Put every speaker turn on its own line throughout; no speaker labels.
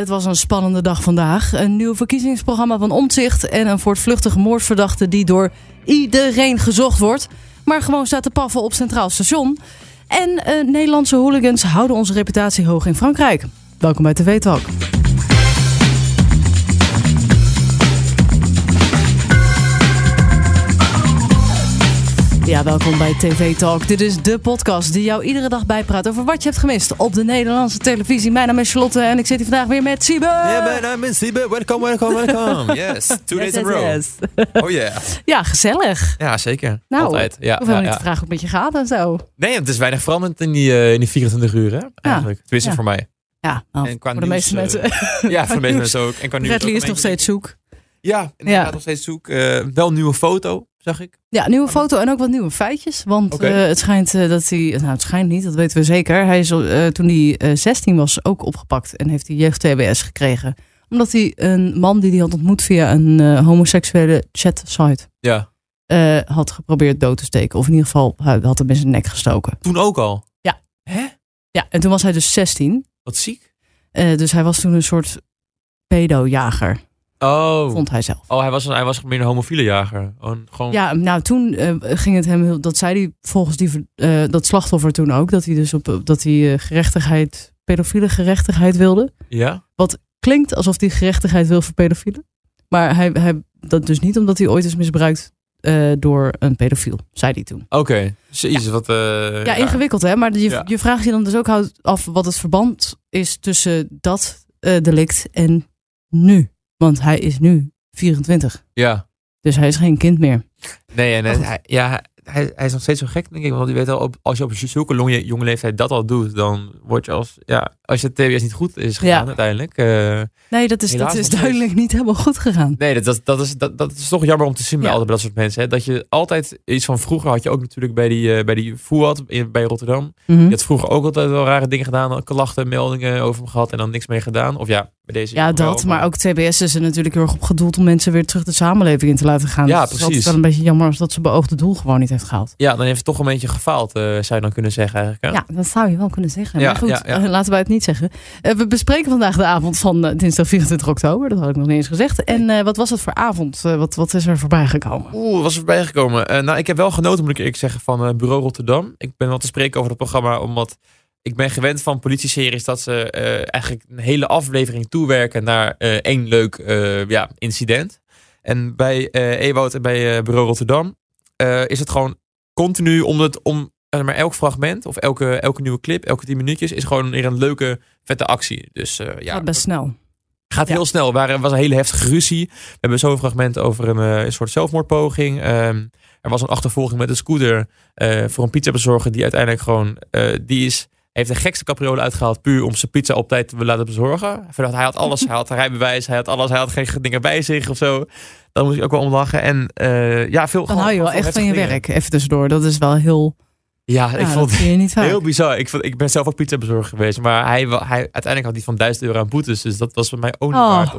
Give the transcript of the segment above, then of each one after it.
het was een spannende dag vandaag. Een nieuw verkiezingsprogramma van Omtzigt en een voortvluchtige moordverdachte die door iedereen gezocht wordt, maar gewoon staat te paffen op Centraal Station. En Nederlandse hooligans houden onze reputatie hoog in Frankrijk. Welkom bij TV Talk. Ja, welkom bij TV Talk. Dit is de podcast die jou iedere dag bijpraat over wat je hebt gemist op de Nederlandse televisie. Mijn naam is Charlotte en ik zit hier vandaag weer met Siebe.
Ja, mijn naam is Siebe. Welkom. Yes, 2 days in a row. Yes. Oh yeah.
Ja, gezellig.
Ja, zeker.
Nou,
altijd. Ja,
ik hoef helemaal niet te vragen hoe het met je gaat en zo.
Nee, het is weinig veranderd in die 24 uur, hè? Eigenlijk. Tenminste voor mij.
Ja, nou,
en qua
voor de meeste mensen.
Ja, voor de meeste mensen ook. En qua nieuws
Redley is nog steeds zoek.
Ja, inderdaad nog steeds zoek. Wel een nieuwe foto, zag ik.
Ja, nieuwe foto en ook wat nieuwe feitjes. Want het schijnt dat hij... Nou, het schijnt niet, dat weten we zeker. Hij is toen hij 16 was ook opgepakt en heeft hij jeugd-TBS gekregen. Omdat hij een man die hij had ontmoet via een homoseksuele chatsite had geprobeerd dood te steken. Of in ieder geval had hem in zijn nek gestoken.
Toen ook al?
Ja.
Hè?
Ja, en toen was hij dus 16.
Wat ziek.
Dus hij was toen een soort pedojager.
Oh.
Vond hij zelf.
Oh, hij was meer een homofiele jager. Gewoon...
Ja, nou toen ging het hem heel... Dat zei hij volgens dat slachtoffer toen ook. Dat hij dus gerechtigheid, pedofiele gerechtigheid wilde.
Ja.
Wat klinkt alsof hij gerechtigheid wil voor pedofielen. Maar hij dat dus niet omdat hij ooit is misbruikt door een pedofiel, zei hij toen.
Oké. Jezus, wat...
ja, ingewikkeld hè. Maar je vraagt je dan dus ook af wat het verband is tussen dat delict en nu. Want hij is nu 24.
Ja.
Dus hij is geen kind meer.
Nee, en hij is nog steeds zo gek, denk ik. Want je weet al, als je op zulke jonge leeftijd dat al doet, dan word je als je TBS niet goed is gegaan uiteindelijk.
Nee, dat is duidelijk niet helemaal goed gegaan.
Nee, dat is toch jammer om te zien bij altijd dat soort mensen. Hè? Dat je altijd iets van vroeger had je ook natuurlijk bij die Fouad bij Rotterdam.
Mm-hmm.
Je had vroeger ook altijd wel rare dingen gedaan, klachten, meldingen over hem gehad en dan niks mee gedaan. Of ja, bij deze.
Ja, dat. Maar ook TBS is er natuurlijk heel erg op gedoeld om mensen weer terug de samenleving in te laten gaan.
Ja,
dus
precies.
Het is altijd wel een beetje jammer als dat ze beoogde doel gewoon niet heeft gehaald.
Ja, dan heeft het toch een beetje gefaald, zou je dan kunnen zeggen eigenlijk. Hè?
Ja, dat zou je wel kunnen zeggen.
Ja,
maar goed,
ja.
laten wij het niet zeggen. We bespreken vandaag de avond van dinsdag 24 oktober. Dat had ik nog niet eens gezegd. En wat was het voor avond? Wat is er voorbij gekomen?
Wat is er voorbij gekomen? Nou, ik heb wel genoten, moet ik eerlijk zeggen, van Bureau Rotterdam. Ik ben wel te spreken over het programma, omdat ik ben gewend van politieseries dat ze eigenlijk een hele aflevering toewerken naar één leuk incident. En bij Ewout en bij Bureau Rotterdam is het gewoon continu om maar elk fragment of elke nieuwe clip, elke 10 minuutjes is gewoon weer een leuke, vette actie. Dus
gaat best snel.
Gaat heel snel. Er was een hele heftige ruzie. We hebben zo'n fragment over een soort zelfmoordpoging. Er was een achtervolging met een scooter voor een pizzabezorger die uiteindelijk gewoon heeft de gekste capriolen uitgehaald puur om zijn pizza op tijd te laten bezorgen. Hij had alles. Hij had een rijbewijs. Hij had alles. Hij had geen dingen bij zich of zo. Daar moest ik ook wel om lachen. En veel.
Dan hou je wel echt van je werk. Even tussendoor. Dat is wel heel...
Ja, ik vond
het niet
heel bizar. Ik ben zelf ook pizzabezorger geweest. Maar hij uiteindelijk had hij van €1000 aan boetes. Dus dat was voor mij ook niet waard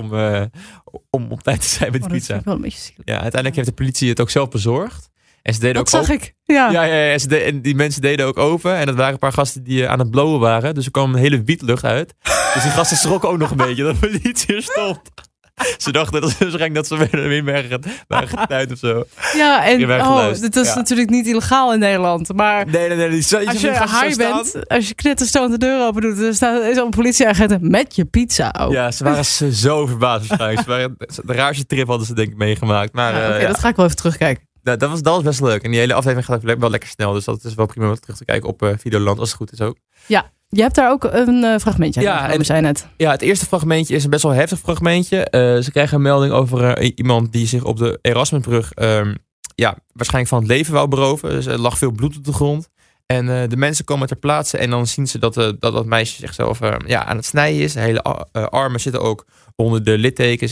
om op tijd te zijn met de pizza.
Dat wel een beetje
ja, uiteindelijk heeft de politie het ook zelf bezorgd. En ze deden
dat zag ik. Ja.
En die mensen deden ook open. En dat waren een paar gasten die aan het blowen waren. Dus er kwam een hele wietlucht uit. Dus die gasten schrokken ook nog een beetje dat de politie er stond. Ze dachten waarschijnlijk dat ze weer waren getuid of zo.
Ja, en dit is natuurlijk niet illegaal in Nederland. Maar
nee.
Als je high bent, als je knetterstoot de deur open doet, dan is er een politieagent met je pizza ook.
Ja, ze waren zo verbaasd waarschijnlijk. De raarste trip hadden ze denk ik meegemaakt. Maar
dat ga ik wel even terugkijken.
Dat was best leuk. En die hele aflevering gaat ook wel lekker snel. Dus dat is wel prima om terug te kijken op Videoland als het goed is ook.
Ja. Je hebt daar ook een fragmentje aan. Zei net.
Ja, het eerste fragmentje is een best wel heftig fragmentje. Ze krijgen een melding over iemand die zich op de Erasmusbrug waarschijnlijk van het leven wou beroven. Dus er lag veel bloed op de grond. En de mensen komen ter plaatse en dan zien ze dat meisje zichzelf aan het snijden is. De hele armen zitten ook onder de littekens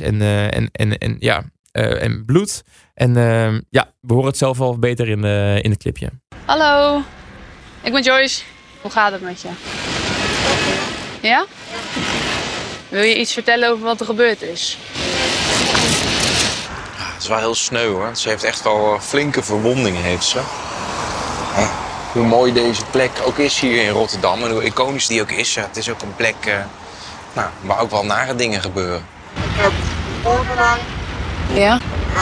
en bloed. En we horen het zelf wel beter in het clipje.
Hallo, ik ben Joyce. Hoe gaat het met je? Ja? Wil je iets vertellen over wat er gebeurd is?
Het is wel heel sneu hoor. Ze heeft echt wel flinke verwondingen heeft ze. Hoe mooi deze plek ook is hier in Rotterdam en hoe iconisch die ook is. Het is ook een plek waar ook wel nare dingen gebeuren.
Ik heb voorbereid.
Ja?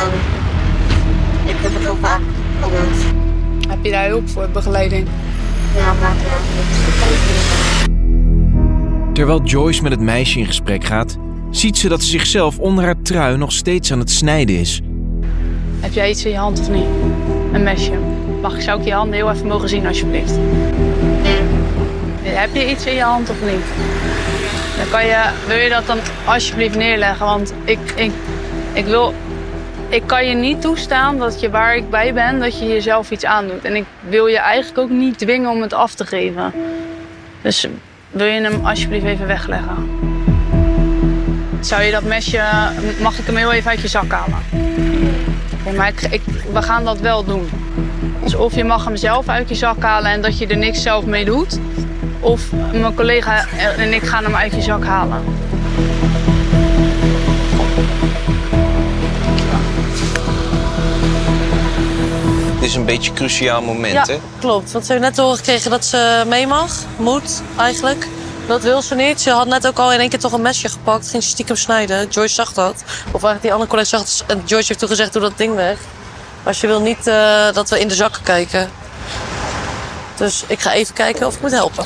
Ik heb het al vaak gehoord.
Heb je daar hulp voor, begeleiding?
Ja, maar ik heb het
Terwijl Joyce met het meisje in gesprek gaat, ziet ze dat ze zichzelf onder haar trui nog steeds aan het snijden is.
Heb jij iets in je hand of niet? Een mesje. Zou ik je handen heel even mogen zien, alsjeblieft? Heb je iets in je hand of niet? Dan wil je dat dan alsjeblieft neerleggen, want ik kan je niet toestaan dat je waar ik bij ben, dat je jezelf iets aandoet. En ik wil je eigenlijk ook niet dwingen om het af te geven. Dus wil je hem alsjeblieft even wegleggen? Zou je dat mesje, mag ik hem heel even uit je zak halen? Okay, maar we gaan dat wel doen. Dus of je mag hem zelf uit je zak halen en dat je er niks zelf mee doet. Of mijn collega en ik gaan hem uit je zak halen.
Dit is een beetje een cruciaal moment, hè?
Ja, klopt. Want ze heeft net te horen gekregen dat ze mee mag. Moet, eigenlijk. Dat wil ze niet. Ze had net ook al in één keer toch een mesje gepakt. Ging ze stiekem snijden. Joyce zag dat. Of eigenlijk die andere collega zag het. En Joyce heeft toen gezegd, doe dat ding weg. Maar ze wil niet dat we in de zakken kijken. Dus ik ga even kijken of ik moet helpen.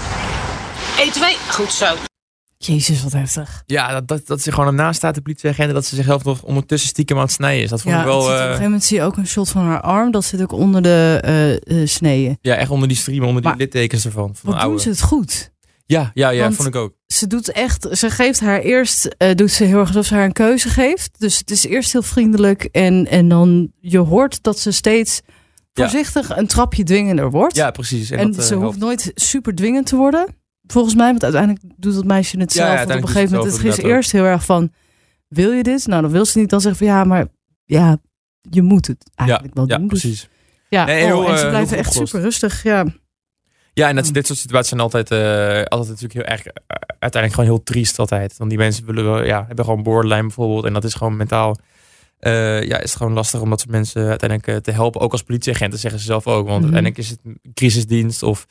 1, 2, goed zo.
Jezus, wat heftig.
Ja, dat ze gewoon ernaast staat, de politieagent, en dat ze zichzelf nog ondertussen stiekem aan het snijden is. Dat vond ik wel...
Op een gegeven moment zie je ook een shot van haar arm. Dat zit ook onder de sneeën.
Ja, echt onder die stream, onder die littekens ervan.
Wat doen ze het goed?
Ja, vond ik ook.
Ze doet echt, ze geeft haar eerst, doet ze heel erg alsof ze haar een keuze geeft. Dus het is eerst heel vriendelijk en dan je hoort dat ze steeds voorzichtig een trapje dwingender wordt.
Ja, precies.
En ze hoeft nooit super dwingend te worden, volgens mij. Want uiteindelijk doet dat meisje het zelf. Want op een gegeven moment, het is eerst heel erg van, wil je dit? Nou, dan wil ze niet dan zeggen van ja, maar ja, je moet het eigenlijk wel doen.
Ja, precies.
Dus, ja, en ze blijven echt
opgelost.
super rustig, ja.
Ja, en dit soort situaties zijn altijd natuurlijk heel erg uiteindelijk gewoon heel triest altijd. Want die mensen hebben gewoon borderline bijvoorbeeld. En dat is gewoon mentaal is het gewoon lastig om dat soort mensen uiteindelijk te helpen. Ook als politieagenten zeggen ze zelf ook. Want uiteindelijk is het een crisisdienst of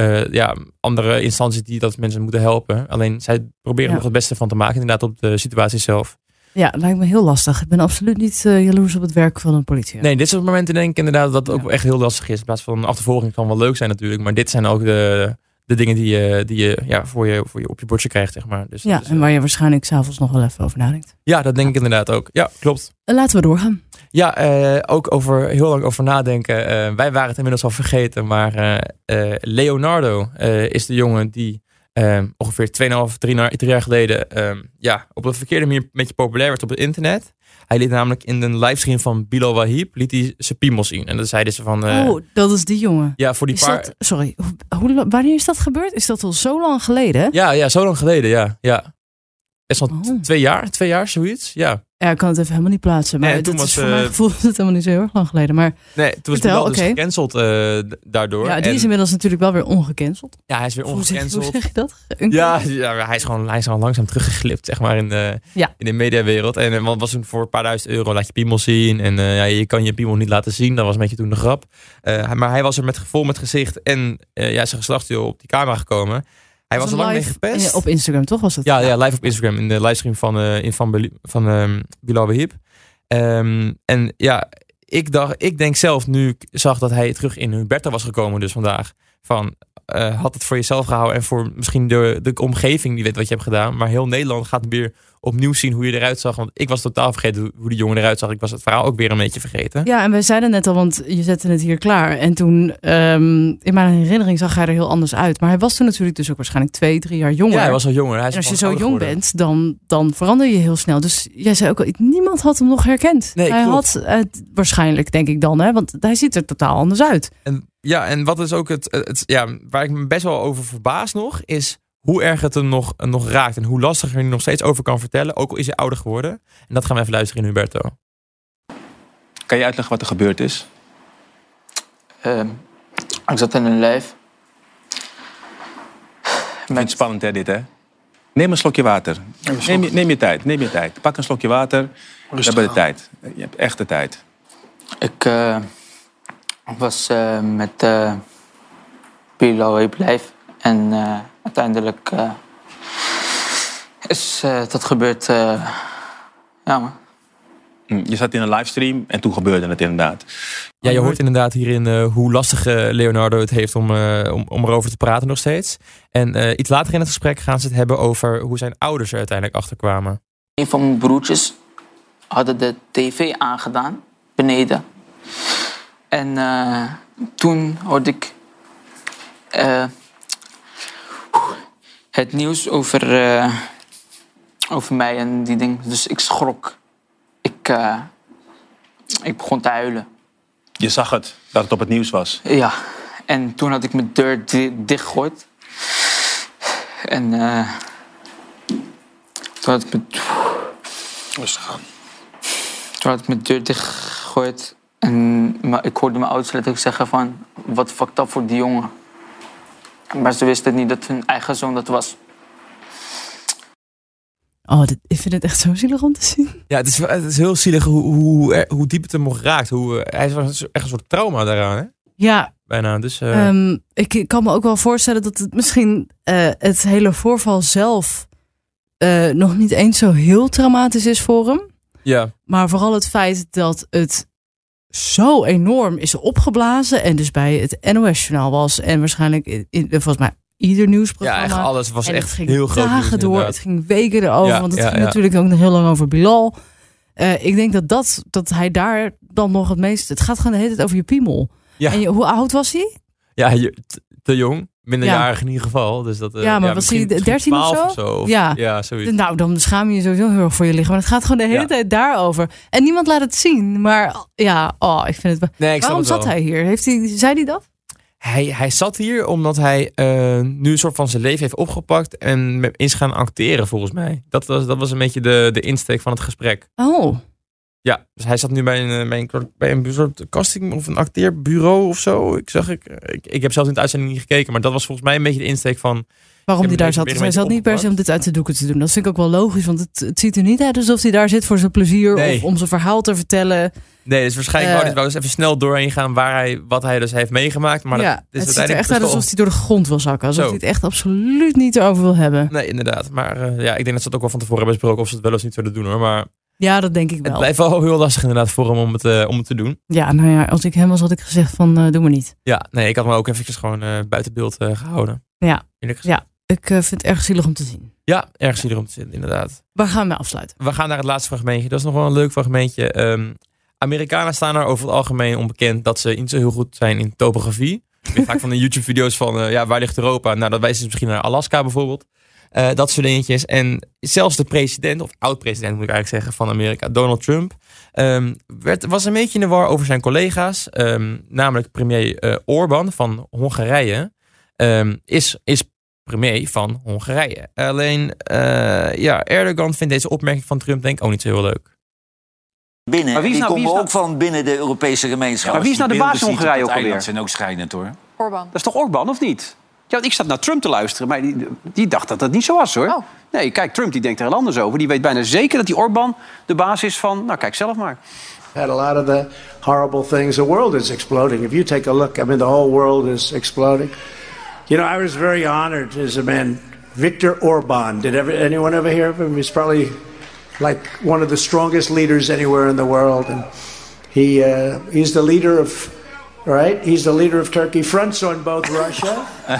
andere instanties die dat mensen moeten helpen. Alleen zij proberen nog het beste van te maken inderdaad op de situatie zelf.
Ja, het lijkt me heel lastig. Ik ben absoluut niet jaloers op het werk van een politie.
Nee, dit soort momenten denk ik inderdaad dat het ook echt heel lastig is. In plaats van achtervolging kan wel leuk zijn natuurlijk. Maar dit zijn ook de dingen die je voor je op je bordje krijgt, zeg maar. Dus,
en waar je waarschijnlijk 's avonds nog wel even over nadenkt.
Ja, dat denk ik inderdaad ook. Ja, klopt.
Laten we doorgaan.
Ja, ook heel lang over nadenken. Wij waren het inmiddels al vergeten. Maar Leonardo is de jongen die ongeveer 2,5-3 jaar geleden op een verkeerde manier een beetje populair werd op het internet. Hij liet namelijk in een livestream van Bilal Wahib zijn piemel zien. En dan zeiden ze van...
dat is die jongen.
Ja, voor die paar...
Sorry, wanneer is dat gebeurd? Is dat al zo lang geleden?
Ja, zo lang geleden, ja. Het is al 2 jaar, zoiets. Ja.
Ja, ik kan het even helemaal niet plaatsen. Maar
toen was,
voor mijn gevoel is het helemaal niet zo heel erg lang geleden. Maar
nee, toen was Bilal dus gecanceld daardoor.
Ja, die is inmiddels natuurlijk wel weer ongecanceld.
Ja, hij is weer ongecanceld.
Hoe zeg je dat?
Ja, hij is gewoon langzaam teruggeglipt, zeg maar, in de mediawereld. En want was toen voor een paar duizend euro laat je piemel zien. En je kan je piemel niet laten zien. Dat was een beetje toen de grap. Maar hij was er vol met gezicht en zijn geslachtsdeel op die camera gekomen. Hij was er lang mee gepest.
Op Instagram, toch was het?
Ja, live op Instagram. In de livestream van Bilal Wahib. En ja, ik denk zelf, nu ik zag dat hij terug in Huberta was gekomen dus vandaag. Van, had het voor jezelf gehouden en voor misschien de omgeving die weet wat je hebt gedaan. Maar heel Nederland gaat weer opnieuw zien hoe je eruit zag. Want ik was totaal vergeten hoe die jongen eruit zag. Ik was het verhaal ook weer een beetje vergeten.
Ja, en wij zeiden net al, want je zette het hier klaar. En toen, in mijn herinnering zag hij er heel anders uit. Maar hij was toen natuurlijk dus ook waarschijnlijk 2-3 jaar jonger.
Ja, hij was al jonger.
En als je zo jong bent, dan verander je heel snel. Dus jij zei ook al, niemand had hem nog herkend.
Nee,
hij
klopt.
had waarschijnlijk, denk ik dan, want hij ziet er totaal anders uit.
En wat is ook waar ik me best wel over verbaas nog, is hoe erg het hem nog raakt. En hoe lastig hij er nog steeds over kan vertellen. Ook al is hij ouder geworden. En dat gaan we even luisteren in Huberto.
Kan je uitleggen wat er gebeurd is?
Ik zat in een live.
Ik vind het spannend, hè, dit, hè? Neem een slokje water. Neem je tijd. Pak een slokje water. We hebben de tijd. Je hebt echt de tijd.
Ik was met Bilal Wahib live. En uiteindelijk Dat gebeurt... ja, man.
Je zat in een livestream en toen gebeurde het inderdaad.
Ja, je hoort inderdaad hierin hoe lastig Leonardo het heeft om erover te praten nog steeds. En iets later in het gesprek gaan ze het hebben over hoe zijn ouders er uiteindelijk achter kwamen.
Een van mijn broertjes hadden de tv aangedaan, beneden. En toen hoorde ik het nieuws over mij en die ding. Dus ik schrok. Ik begon te huilen.
Je zag het, dat het op het nieuws was.
Ja, en toen had ik mijn deur dichtgegooid. En toen had ik mijn deur dichtgegooid. En ik hoorde mijn ouders letterlijk zeggen van... Wat fucked up voor die jongen. Maar ze wisten niet dat hun eigen zoon dat was.
Oh, ik vind het echt zo zielig om te zien.
Ja, het is heel zielig hoe diep het hem nog raakt. Hij is echt een soort trauma daaraan, hè?
Ja.
Bijna, dus...
Ik kan me ook wel voorstellen dat het misschien het hele voorval zelf... nog niet eens zo heel traumatisch is voor hem.
Ja.
Maar vooral het feit dat het zo enorm is opgeblazen... en dus bij het NOS-journaal was... en waarschijnlijk volgens mij... ieder nieuwsprogramma.
Ja, echt alles was
en
echt
ging
heel groot nieuws,
dagen door.
inderdaad.
Het ging weken erover. Want het ging natuurlijk ook nog heel lang over Bilal. Ik denk dat hij daar dan nog het meest... Het gaat gewoon de hele tijd over je piemel.
Ja.
En hoe oud was hij?
Ja, te jong. Minderjarig in ieder geval. Dus dat,
maar was hij 13 of zo?
Of
Ja,
zoiets.
Nou, dan schaam je je sowieso heel erg voor je lichaam. Maar het gaat gewoon de hele tijd daarover. En niemand laat het zien. Maar ik vind het...
Nee,
waarom zat hij hier? Zei hij dat?
Hij zat hier omdat hij nu een soort van zijn leven heeft opgepakt en is gaan acteren, volgens mij. Dat was een beetje de insteek van het gesprek.
Oh.
Ja, dus hij zat nu bij een soort casting of een acteerbureau of zo. Ik heb zelfs in de uitzending niet gekeken, maar dat was volgens mij een beetje de insteek van...
Waarom hij daar zat. Dus hij zat niet per se om dit uit de doeken te doen. Dat vind ik ook wel logisch, want het ziet er niet uit alsof hij daar zit voor zijn plezier of om zijn verhaal te vertellen.
Nee, dus waarschijnlijk wou hij dus even snel doorheen gaan wat hij dus heeft meegemaakt. Maar
het ziet er echt uit alsof hij door de grond wil zakken. Alsof hij het echt absoluut niet erover wil hebben.
Nee, inderdaad. Maar ik denk dat ze het ook wel van tevoren hebben besproken of ze het wel of niet willen doen, hoor. Maar
ja, dat denk ik wel.
Het blijft wel heel lastig inderdaad voor hem om het te doen.
Ja, nou ja, als ik hem was, had ik gezegd van doe maar niet.
Ja, nee, ik had me ook eventjes gewoon buiten beeld gehouden.
Ja, ik vind het erg zielig om te zien.
Ja, erg zielig om te zien, inderdaad.
Waar gaan we afsluiten?
We gaan naar het laatste fragmentje. Dat is nog wel een leuk fragmentje. Amerikanen staan er over het algemeen onbekend dat ze niet zo heel goed zijn in topografie. Ik weet vaak van de YouTube-video's van waar ligt Europa? Nou, dat wijzen ze misschien naar Alaska bijvoorbeeld. Dat soort dingetjes. En zelfs de president, of oud-president moet ik eigenlijk zeggen, van Amerika, Donald Trump, was een beetje in de war over zijn collega's. Namelijk premier Orbán van Hongarije is premier van Hongarije. Alleen, Erdogan vindt deze opmerking van Trump denk ik ook niet zo heel leuk.
Maar die komen ook van binnen de Europese gemeenschap.
Maar wie is nou de baas in Hongarije ook alweer?
Dat zijn ook schrijnend, hoor.
Orbán. Dat is toch Orbán, of niet? Ja, want ik zat naar Trump te luisteren, maar die dacht dat dat niet zo was, hoor. Oh. Nee, kijk, Trump die denkt er heel anders over. Die weet bijna zeker dat die Orbán de baas is van... Nou, kijk zelf maar.
Had a lot of the horrible things. The world is exploding. If you take a look, I mean, the whole world is exploding. You know, I was very honored as a man. Viktor Orbán. Did anyone ever hear of him? He's probably like one of the strongest leaders anywhere in the world. And he's the leader of... Right? He's the leader of Turkey. Fronts on both Russia.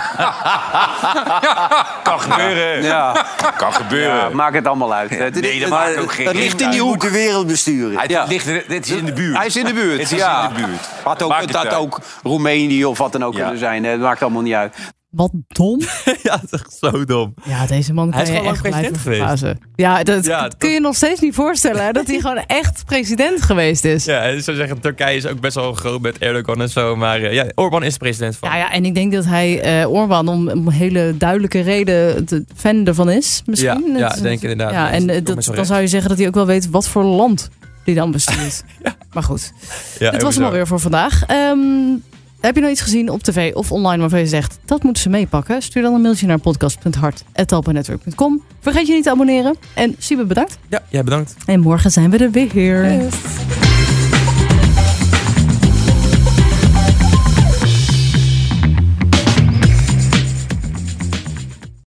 Kan gebeuren.
Ja.
Kan gebeuren.
Ja, maakt het allemaal uit.
Nee, dat maakt ook geen.
Het ligt in die hoek.
Hij moet de wereld besturen.
Het is in de buurt. Hij is in de buurt.
Het is in de buurt.
Had ook Roemenië of wat dan ook kunnen zijn. Het maakt allemaal niet uit.
Wat dom.
Ja, het is echt zo dom.
Ja, deze man kan je echt blijven verbazen. Ja, dat kun je nog steeds niet voorstellen. Hè, dat hij gewoon echt president geweest is.
Ja, ik zou zeggen, Turkije is ook best wel groot met Erdogan en zo. Maar Orbán is de president van.
Ja, en ik denk dat hij Orbán om een hele duidelijke reden fan ervan is. Misschien.
Ja, denk ik inderdaad.
Ja, en dan zou je zeggen dat hij ook wel weet wat voor land die dan bestuurt. Maar goed, dit was hem alweer voor vandaag. Heb je nou iets gezien op tv of online waarvan je zegt... dat moeten ze meepakken? Stuur dan een mailtje naar podcast.hart@talpanetwerk.com. Vergeet je niet te abonneren. En Siebe, bedankt.
Ja, jij bedankt.
En morgen zijn we er weer. Yes.